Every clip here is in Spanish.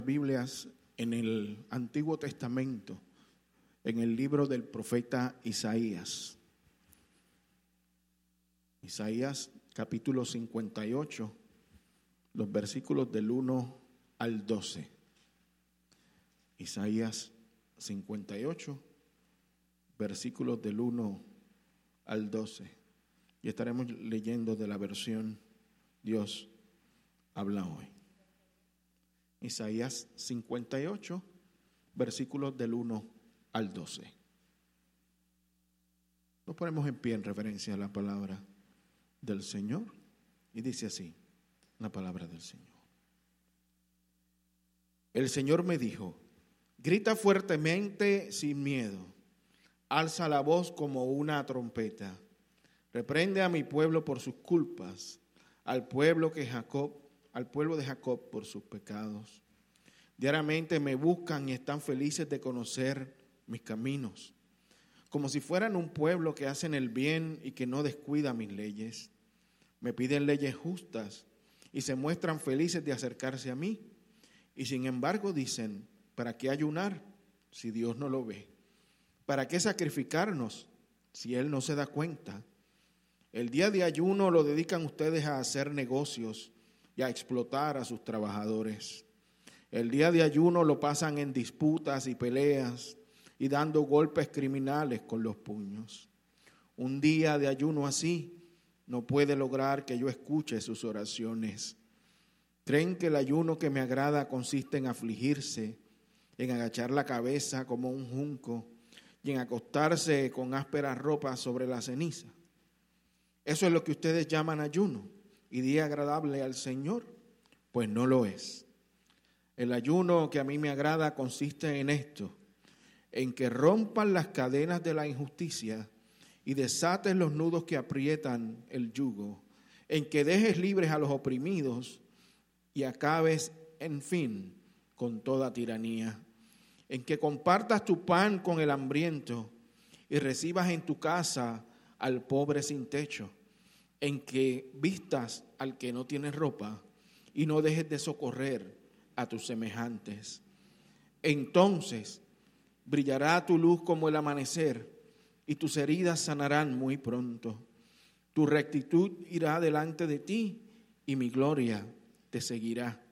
Biblias en el Antiguo Testamento, en el libro del profeta Isaías. Isaías capítulo 58, los versículos del 1 al 12. Isaías 58, versículos del 1 al 12. Y estaremos leyendo de la versión Dios habla hoy. Isaías 58, versículos del 1 al 12. Nos ponemos en pie en referencia a la palabra del Señor y dice así la palabra del Señor. El Señor me dijo: grita fuertemente sin miedo, alza la voz como una trompeta, reprende a mi pueblo por sus culpas, al pueblo de Jacob por sus pecados. Diariamente me buscan y están felices de conocer mis caminos, como si fueran un pueblo que hacen el bien y que no descuida mis leyes. Me piden leyes justas y se muestran felices de acercarse a mí. Y sin embargo dicen: ¿para qué ayunar si Dios no lo ve? ¿Para qué sacrificarnos si Él no se da cuenta? El día de ayuno lo dedican ustedes a hacer negocios y a explotar a sus trabajadores. El día de ayuno lo pasan en disputas y peleas y dando golpes criminales con los puños. Un día de ayuno así no puede lograr que yo escuche sus oraciones. Creen que el ayuno que me agrada consiste en afligirse, en agachar la cabeza como un junco y en acostarse con ásperas ropas sobre la ceniza. ¿Eso es lo que ustedes llaman ayuno y día agradable al Señor? Pues no lo es. El ayuno que a mí me agrada consiste en esto: en que rompan las cadenas de la injusticia y desates los nudos que aprietan el yugo, en que dejes libres a los oprimidos y acabes, en fin, con toda tiranía, en que compartas tu pan con el hambriento y recibas en tu casa al pobre sin techo, en que vistas al que no tiene ropa y no dejes de socorrer a tus semejantes. Entonces brillará tu luz como el amanecer y tus heridas sanarán muy pronto. Tu rectitud irá delante de ti y mi gloria te seguirá.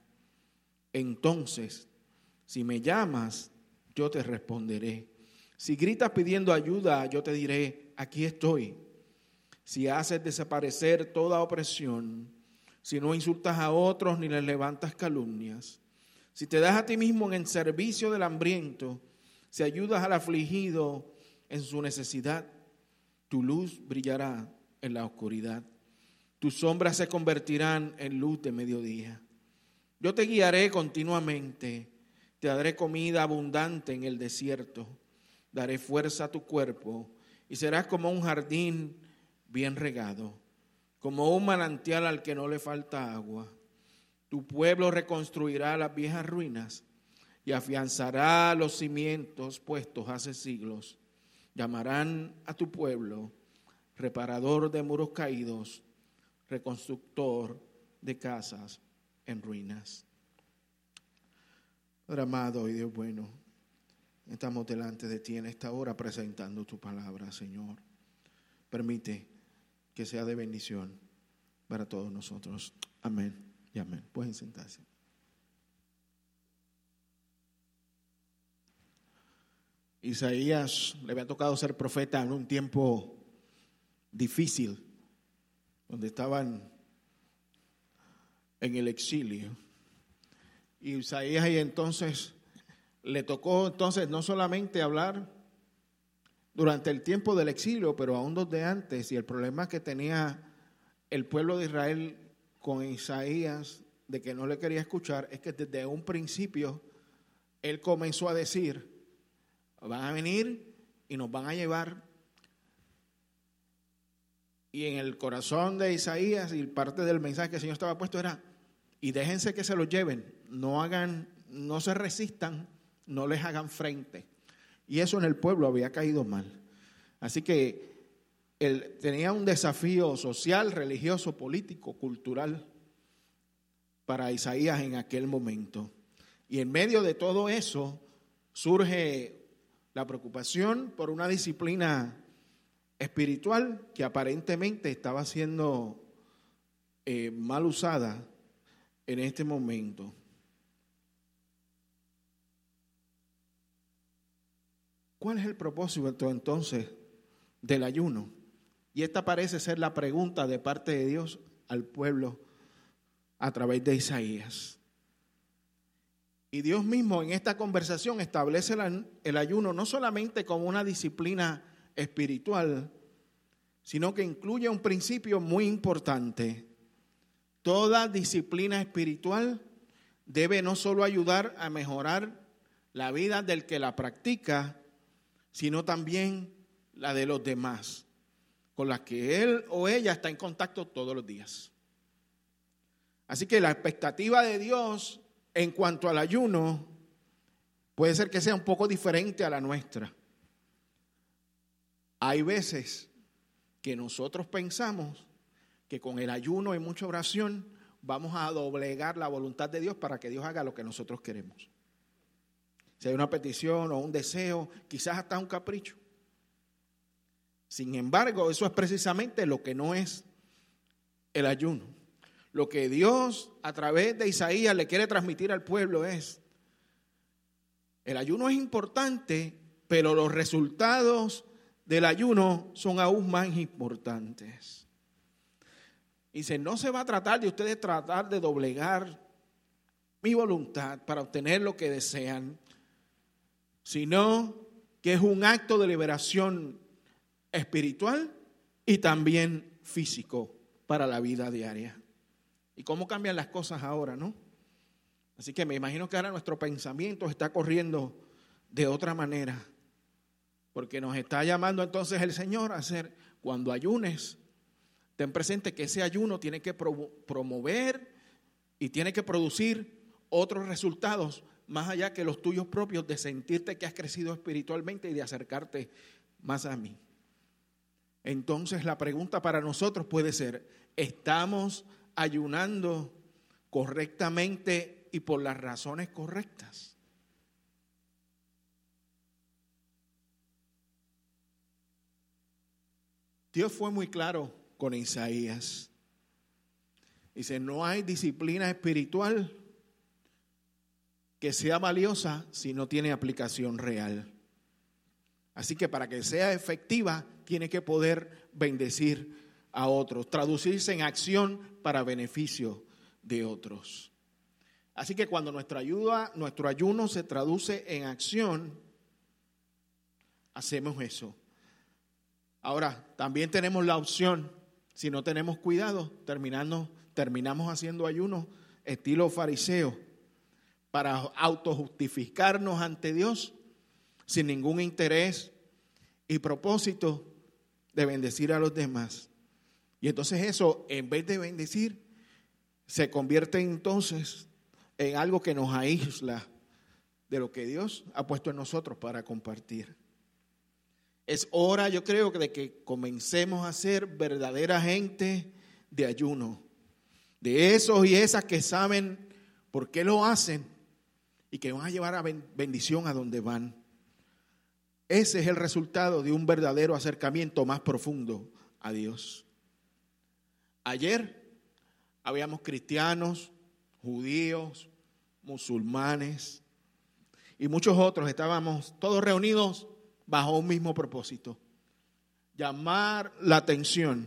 Entonces, si me llamas, yo te responderé. Si gritas pidiendo ayuda, yo te diré: aquí estoy. Si haces desaparecer toda opresión, si no insultas a otros ni les levantas calumnias, si te das a ti mismo en servicio del hambriento, si ayudas al afligido en su necesidad, tu luz brillará en la oscuridad, tus sombras se convertirán en luz de mediodía. Yo te guiaré continuamente, te daré comida abundante en el desierto, daré fuerza a tu cuerpo y serás como un jardín bien regado, como un manantial al que no le falta agua. Tu pueblo reconstruirá las viejas ruinas y afianzará los cimientos puestos hace siglos. Llamarán a tu pueblo reparador de muros caídos, reconstructor de casas en ruinas. Padre amado y Dios bueno, estamos delante de ti en esta hora presentando tu palabra, Señor. Permite que sea de bendición para todos nosotros. Amén y amén. Pueden sentarse. Isaías le había tocado ser profeta en un tiempo difícil, donde estaban en el exilio. Y Isaías ahí entonces le tocó no solamente hablar durante el tiempo del exilio, pero aún desde antes. Y el problema que tenía el pueblo de Israel con Isaías, de que no le quería escuchar, es que desde un principio él comenzó a decir: van a venir y nos van a llevar. Y en el corazón de Isaías, y parte del mensaje que el Señor estaba puesto era: y déjense que se los lleven, no se resistan, no les hagan frente. Y eso en el pueblo había caído mal. Así que él tenía un desafío social, religioso, político, cultural para Isaías en aquel momento. Y en medio de todo eso surge la preocupación por una disciplina espiritual que aparentemente estaba siendo mal usada en este momento. ¿Cuál es el propósito entonces del ayuno? Y esta parece ser la pregunta de parte de Dios al pueblo a través de Isaías. Y Dios mismo en esta conversación establece el ayuno no solamente como una disciplina espiritual, sino que incluye un principio muy importante. Toda disciplina espiritual debe no solo ayudar a mejorar la vida del que la practica, sino también la de los demás, con las que él o ella está en contacto todos los días. Así que la expectativa de Dios en cuanto al ayuno puede ser que sea un poco diferente a la nuestra. Hay veces que nosotros pensamos que con el ayuno y mucha oración vamos a doblegar la voluntad de Dios para que Dios haga lo que nosotros queremos. Si hay una petición o un deseo, quizás hasta un capricho. Sin embargo, eso es precisamente lo que no es el ayuno. Lo que Dios a través de Isaías le quiere transmitir al pueblo es: el ayuno es importante, pero los resultados del ayuno son aún más importantes. Dice, no se va a tratar de ustedes tratar de doblegar mi voluntad para obtener lo que desean, sino que es un acto de liberación espiritual y también físico para la vida diaria. ¿Y cómo cambian las cosas ahora, no? Así que me imagino que ahora nuestro pensamiento está corriendo de otra manera, porque nos está llamando entonces el Señor a hacer, cuando ayunes, ten presente que ese ayuno tiene que promover y tiene que producir otros resultados más allá que los tuyos propios, de sentirte que has crecido espiritualmente y de acercarte más a mí. Entonces la pregunta para nosotros puede ser: ¿estamos ayunando correctamente y por las razones correctas? Dios fue muy claro con Isaías. Dice, no hay disciplina espiritual que sea valiosa si no tiene aplicación real. Así que para que sea efectiva, tiene que poder bendecir a otros, traducirse en acción para beneficio de otros. Así que cuando nuestro ayuno se traduce en acción, hacemos eso. Ahora, también tenemos la opción, si no tenemos cuidado, terminamos haciendo ayuno estilo fariseo para autojustificarnos ante Dios sin ningún interés y propósito de bendecir a los demás. Y entonces eso, en vez de bendecir, se convierte entonces en algo que nos aísla de lo que Dios ha puesto en nosotros para compartir. Es hora, yo creo, de que comencemos a ser verdadera gente de ayuno, de esos y esas que saben por qué lo hacen y que van a llevar a bendición a donde van. Ese es el resultado de un verdadero acercamiento más profundo a Dios. Ayer habíamos cristianos, judíos, musulmanes y muchos otros, estábamos todos reunidos bajo un mismo propósito: llamar la atención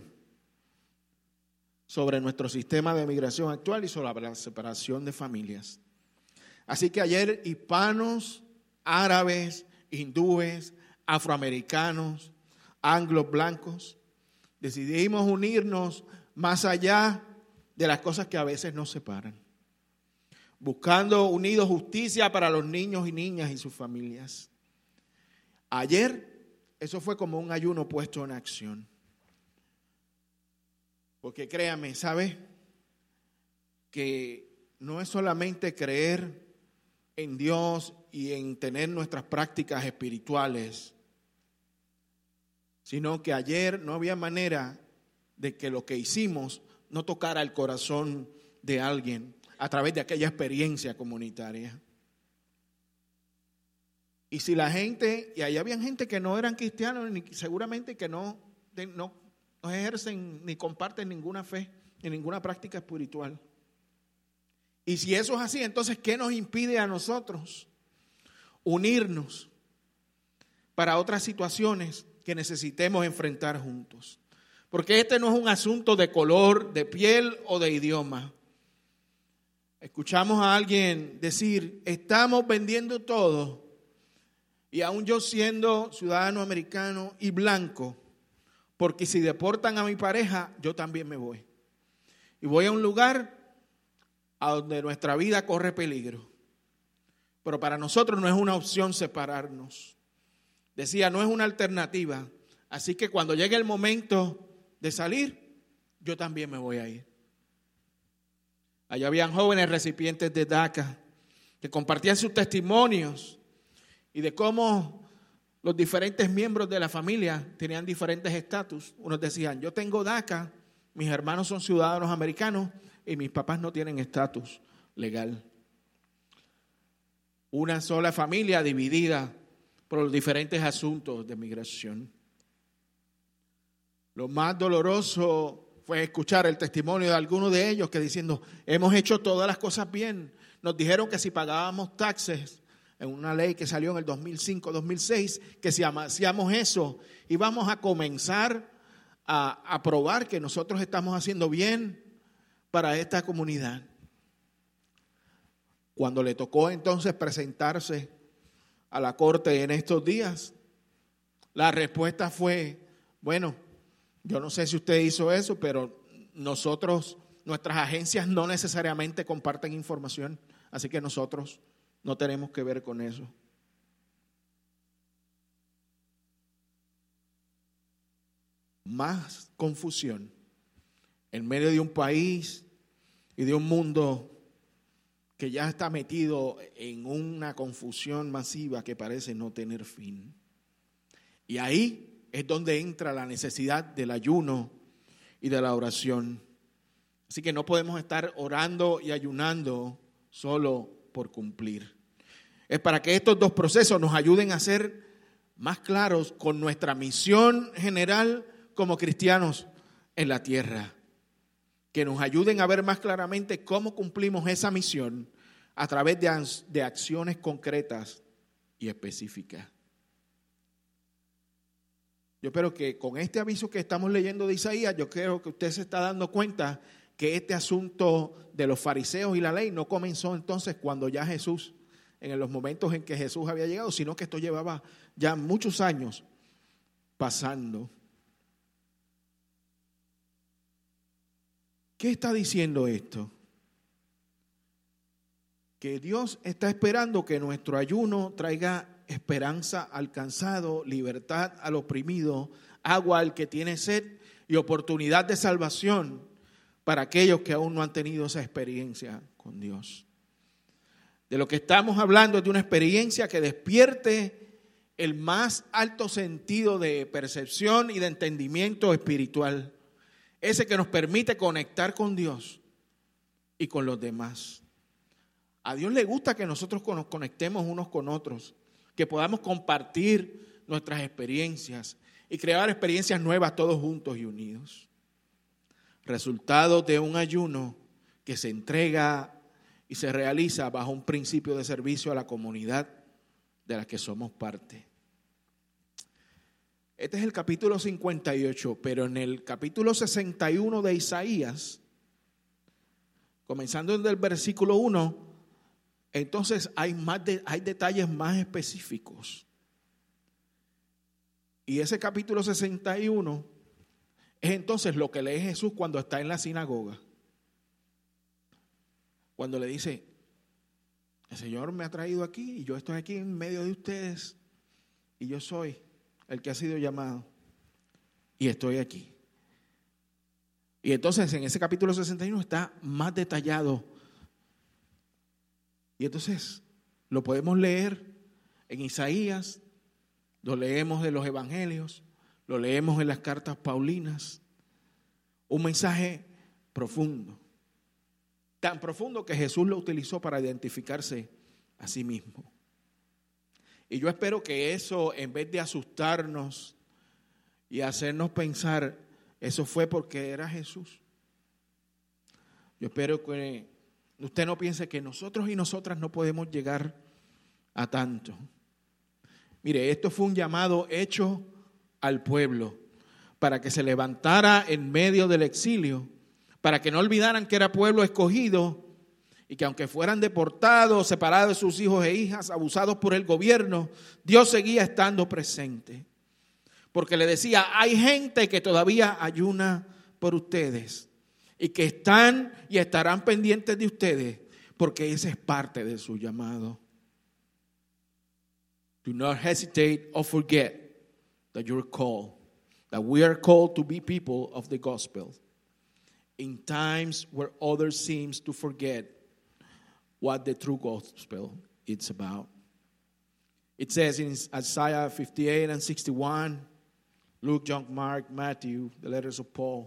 sobre nuestro sistema de migración actual y sobre la separación de familias. Así que ayer hispanos, árabes, hindúes, afroamericanos, anglos, blancos, decidimos unirnos más allá de las cosas que a veces nos separan, buscando unidos justicia para los niños y niñas y sus familias. Ayer eso fue como un ayuno puesto en acción. Porque créame, ¿sabe? Que no es solamente creer en Dios y en tener nuestras prácticas espirituales, sino que ayer no había manera de que lo que hicimos no tocara el corazón de alguien a través de aquella experiencia comunitaria. Y si la gente, y ahí había gente que no eran cristianos, ni seguramente que no ejercen ni comparten ninguna fe, ni ninguna práctica espiritual. Y si eso es así, entonces, ¿qué nos impide a nosotros unirnos para otras situaciones que necesitemos enfrentar juntos? Porque este no es un asunto de color, de piel o de idioma. Escuchamos a alguien decir, estamos vendiendo todo. Y aún yo siendo ciudadano americano y blanco, porque si deportan a mi pareja, yo también me voy. Y voy a un lugar a donde nuestra vida corre peligro. Pero para nosotros no es una opción separarnos. Decía, no es una alternativa. Así que cuando llegue el momento de salir, yo también me voy a ir. Allá habían jóvenes recipientes de DACA que compartían sus testimonios y de cómo los diferentes miembros de la familia tenían diferentes estatus. Unos decían, yo tengo DACA, mis hermanos son ciudadanos americanos y mis papás no tienen estatus legal. Una sola familia dividida por los diferentes asuntos de migración. Lo más doloroso fue escuchar el testimonio de algunos de ellos que diciendo, hemos hecho todas las cosas bien. Nos dijeron que si pagábamos taxes, en una ley que salió en el 2005-2006, que si hacíamos eso, íbamos a comenzar a probar que nosotros estamos haciendo bien para esta comunidad. Cuando le tocó entonces presentarse a la corte en estos días, la respuesta fue, bueno, yo no sé si usted hizo eso, pero nuestras agencias no necesariamente comparten información, así que nosotros no tenemos que ver con eso. Más confusión en medio de un país y de un mundo que ya está metido en una confusión masiva que parece no tener fin. Y ahí es donde entra la necesidad del ayuno y de la oración. Así que no podemos estar orando y ayunando solo por cumplir. Es para que estos dos procesos nos ayuden a ser más claros con nuestra misión general como cristianos en la tierra. Que nos ayuden a ver más claramente cómo cumplimos esa misión a través de acciones concretas y específicas. Yo espero que con este aviso que estamos leyendo de Isaías, yo creo que usted se está dando cuenta que este asunto de los fariseos y la ley no comenzó entonces cuando ya Jesús, en los momentos en que Jesús había llegado, sino que esto llevaba ya muchos años pasando. ¿Qué está diciendo esto? Que Dios está esperando que nuestro ayuno traiga esperanza al cansado, libertad al oprimido, agua al que tiene sed y oportunidad de salvación para aquellos que aún no han tenido esa experiencia con Dios. De lo que estamos hablando es de una experiencia que despierte el más alto sentido de percepción y de entendimiento espiritual, ese que nos permite conectar con Dios y con los demás. A Dios le gusta que nosotros nos conectemos unos con otros, que podamos compartir nuestras experiencias y crear experiencias nuevas todos juntos y unidos. Resultado de un ayuno que se entrega y se realiza bajo un principio de servicio a la comunidad de la que somos parte. Este es el capítulo 58, pero en el capítulo 61 de Isaías, comenzando desde el versículo 1, entonces hay detalles más específicos. Y ese capítulo 61 es entonces lo que lee Jesús cuando está en la sinagoga. Cuando le dice, el Señor me ha traído aquí y yo estoy aquí en medio de ustedes y yo soy el que ha sido llamado y estoy aquí. Y entonces en ese capítulo 61 está más detallado. Y entonces lo podemos leer en Isaías, lo leemos de los evangelios, lo leemos en las cartas paulinas. Un mensaje profundo, tan profundo que Jesús lo utilizó para identificarse a sí mismo. Y yo espero que eso, en vez de asustarnos y hacernos pensar, eso fue porque era Jesús. Yo espero que usted no piense que nosotros y nosotras no podemos llegar a tanto. Mire, esto fue un llamado hecho al pueblo para que se levantara en medio del exilio, para que no olvidaran que era pueblo escogido y que aunque fueran deportados, separados de sus hijos e hijas, abusados por el gobierno, Dios seguía estando presente. Porque le decía, hay gente que todavía ayuna por ustedes y que están y estarán pendientes de ustedes, porque esa es parte de su llamado. Do not hesitate or forget that you're called, that we are called to be people of the gospel. In times where others seem to forget what the true gospel is about. It says in Isaiah 58 and 61, Luke, John, Mark, Matthew, the letters of Paul,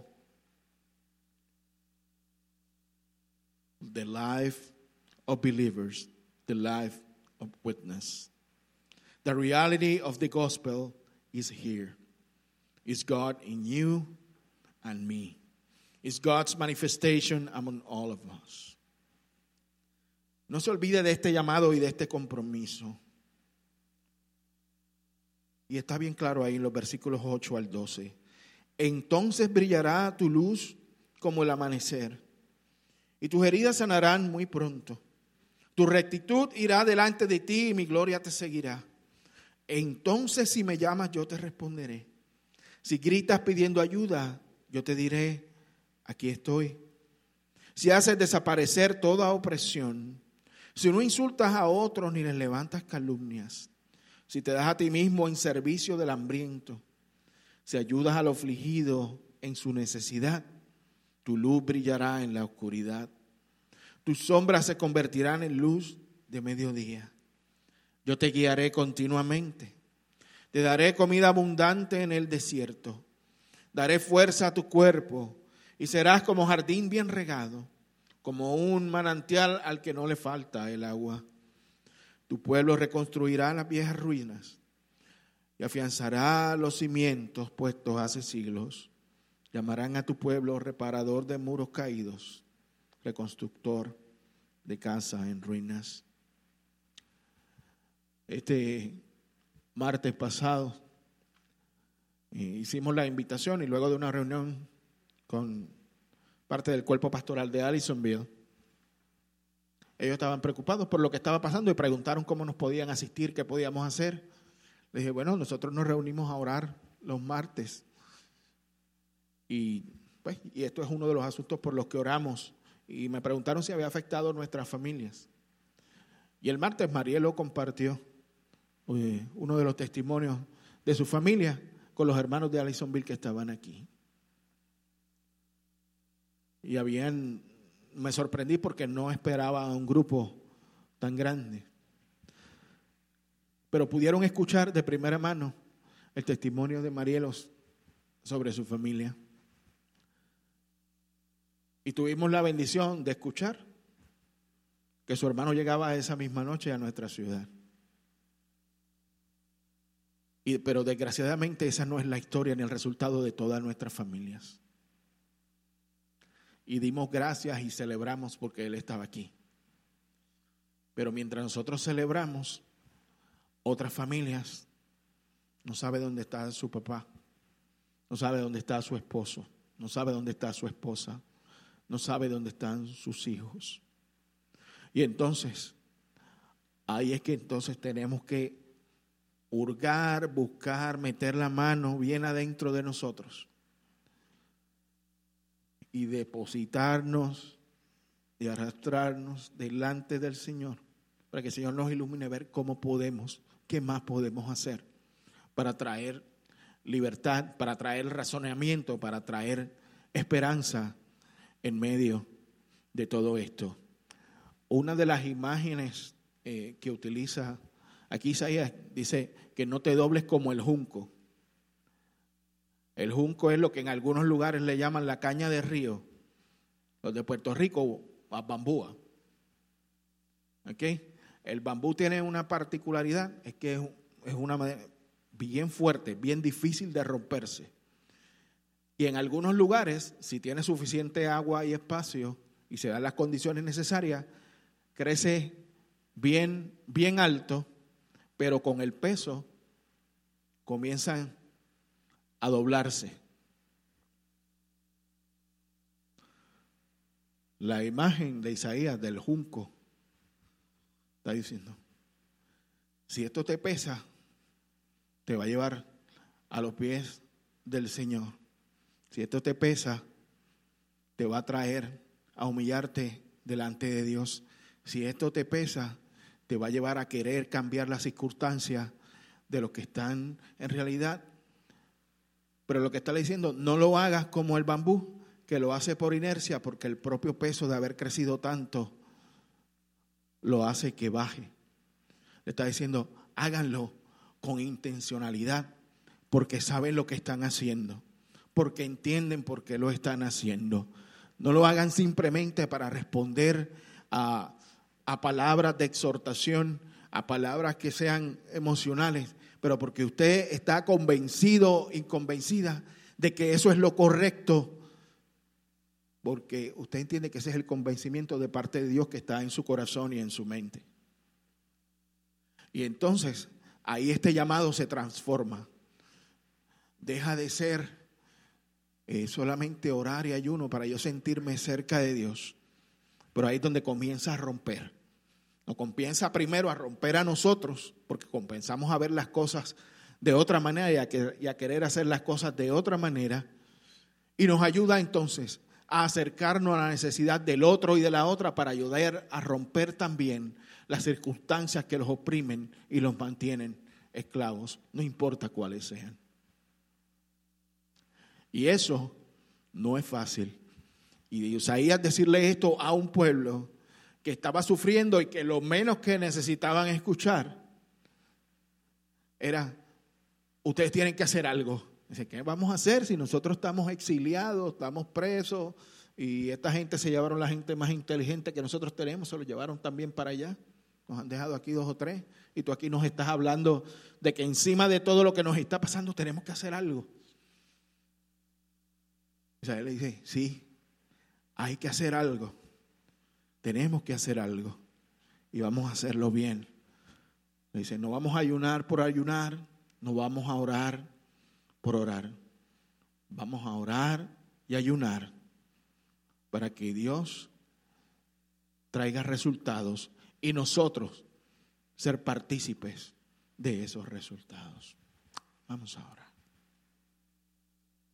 the life of believers, the life of witness. The reality of the gospel is here. It's God in you and me. It's God's manifestation among all of us. No se olvide de este llamado y de este compromiso. Y está bien claro ahí en los versículos 8 al 12. Entonces brillará tu luz como el amanecer, y tus heridas sanarán muy pronto. Tu rectitud irá delante de ti y mi gloria te seguirá. Entonces si me llamas yo te responderé. Si gritas pidiendo ayuda, yo te diré, aquí estoy. Si haces desaparecer toda opresión, si no insultas a otros ni les levantas calumnias, si te das a ti mismo en servicio del hambriento, si ayudas al afligido en su necesidad, tu luz brillará en la oscuridad. Tus sombras se convertirán en luz de mediodía. Yo te guiaré continuamente. Te daré comida abundante en el desierto. Daré fuerza a tu cuerpo y serás como jardín bien regado, como un manantial al que no le falta el agua. Tu pueblo reconstruirá las viejas ruinas y afianzará los cimientos puestos hace siglos. Llamarán a tu pueblo reparador de muros caídos, reconstructor de casa en ruinas. Este martes pasado hicimos la invitación y luego de una reunión con parte del cuerpo pastoral de Allisonville, ellos estaban preocupados por lo que estaba pasando y preguntaron cómo nos podían asistir, qué podíamos hacer. Les dije, bueno, nosotros nos reunimos a orar los martes y esto es uno de los asuntos por los que oramos, y me preguntaron si había afectado a nuestras familias. Y el martes Marielo compartió uno de los testimonios de su familia con los hermanos de Allisonville que estaban aquí. Y me sorprendí porque no esperaba un grupo tan grande. Pero pudieron escuchar de primera mano el testimonio de Marielo sobre su familia. Y tuvimos la bendición de escuchar que su hermano llegaba esa misma noche a nuestra ciudad. Pero desgraciadamente esa no es la historia ni el resultado de todas nuestras familias. Y dimos gracias y celebramos porque él estaba aquí. Pero mientras nosotros celebramos, otras familias no saben dónde está su papá, no sabe dónde está su esposo, no sabe dónde está su esposa, no sabe dónde están sus hijos. Y entonces, ahí es que entonces tenemos que hurgar, buscar, meter la mano bien adentro de nosotros y depositarnos y arrastrarnos delante del Señor para que el Señor nos ilumine a ver cómo podemos, qué más podemos hacer para traer libertad, para traer razonamiento, para traer esperanza en medio de todo esto. Una de las imágenes que utiliza aquí Isaías dice que no te dobles como el junco. El junco es lo que en algunos lugares le llaman la caña de río. Los de Puerto Rico, bambúa. ¿Okay? El bambú tiene una particularidad, es que es una madera bien fuerte, bien difícil de romperse. Y en algunos lugares, si tiene suficiente agua y espacio y se dan las condiciones necesarias, crece bien alto, pero con el peso comienzan a doblarse. La imagen de Isaías del junco está diciendo, si esto te pesa, te va a llevar a los pies del Señor. Si esto te pesa, te va a traer a humillarte delante de Dios. Si esto te pesa, te va a llevar a querer cambiar las circunstancias de los que están en realidad. Pero lo que está diciendo, no lo hagas como el bambú, que lo hace por inercia, porque el propio peso de haber crecido tanto lo hace que baje. Le está diciendo, háganlo con intencionalidad, porque saben lo que están haciendo, porque entienden por qué lo están haciendo. No lo hagan simplemente para responder a palabras de exhortación, a palabras que sean emocionales, pero porque usted está convencido y convencida de que eso es lo correcto, porque usted entiende que ese es el convencimiento de parte de Dios que está en su corazón y en su mente. Y entonces ahí este llamado se transforma. Deja de ser solamente orar y ayuno para yo sentirme cerca de Dios. Pero ahí es donde comienza a romper. Nos comienza primero a romper a nosotros, porque comenzamos a ver las cosas de otra manera y a querer hacer las cosas de otra manera. Y nos ayuda entonces a acercarnos a la necesidad del otro y de la otra para ayudar a romper también las circunstancias que los oprimen y los mantienen esclavos, no importa cuáles sean. Y eso no es fácil. Y Isaías decirle esto a un pueblo que estaba sufriendo y que lo menos que necesitaban escuchar era, ustedes tienen que hacer algo. Dice, ¿qué vamos a hacer si nosotros estamos exiliados, estamos presos y esta gente se llevaron la gente más inteligente que nosotros tenemos, se lo llevaron también para allá? Nos han dejado aquí 2 o 3 y tú aquí nos estás hablando de que encima de todo lo que nos está pasando tenemos que hacer algo. Isaías le dice, sí, hay que hacer algo, tenemos que hacer algo y vamos a hacerlo bien. Le dice, no vamos a ayunar por ayunar, no vamos a orar por orar, vamos a orar y ayunar para que Dios traiga resultados y nosotros ser partícipes de esos resultados. Vamos a orar.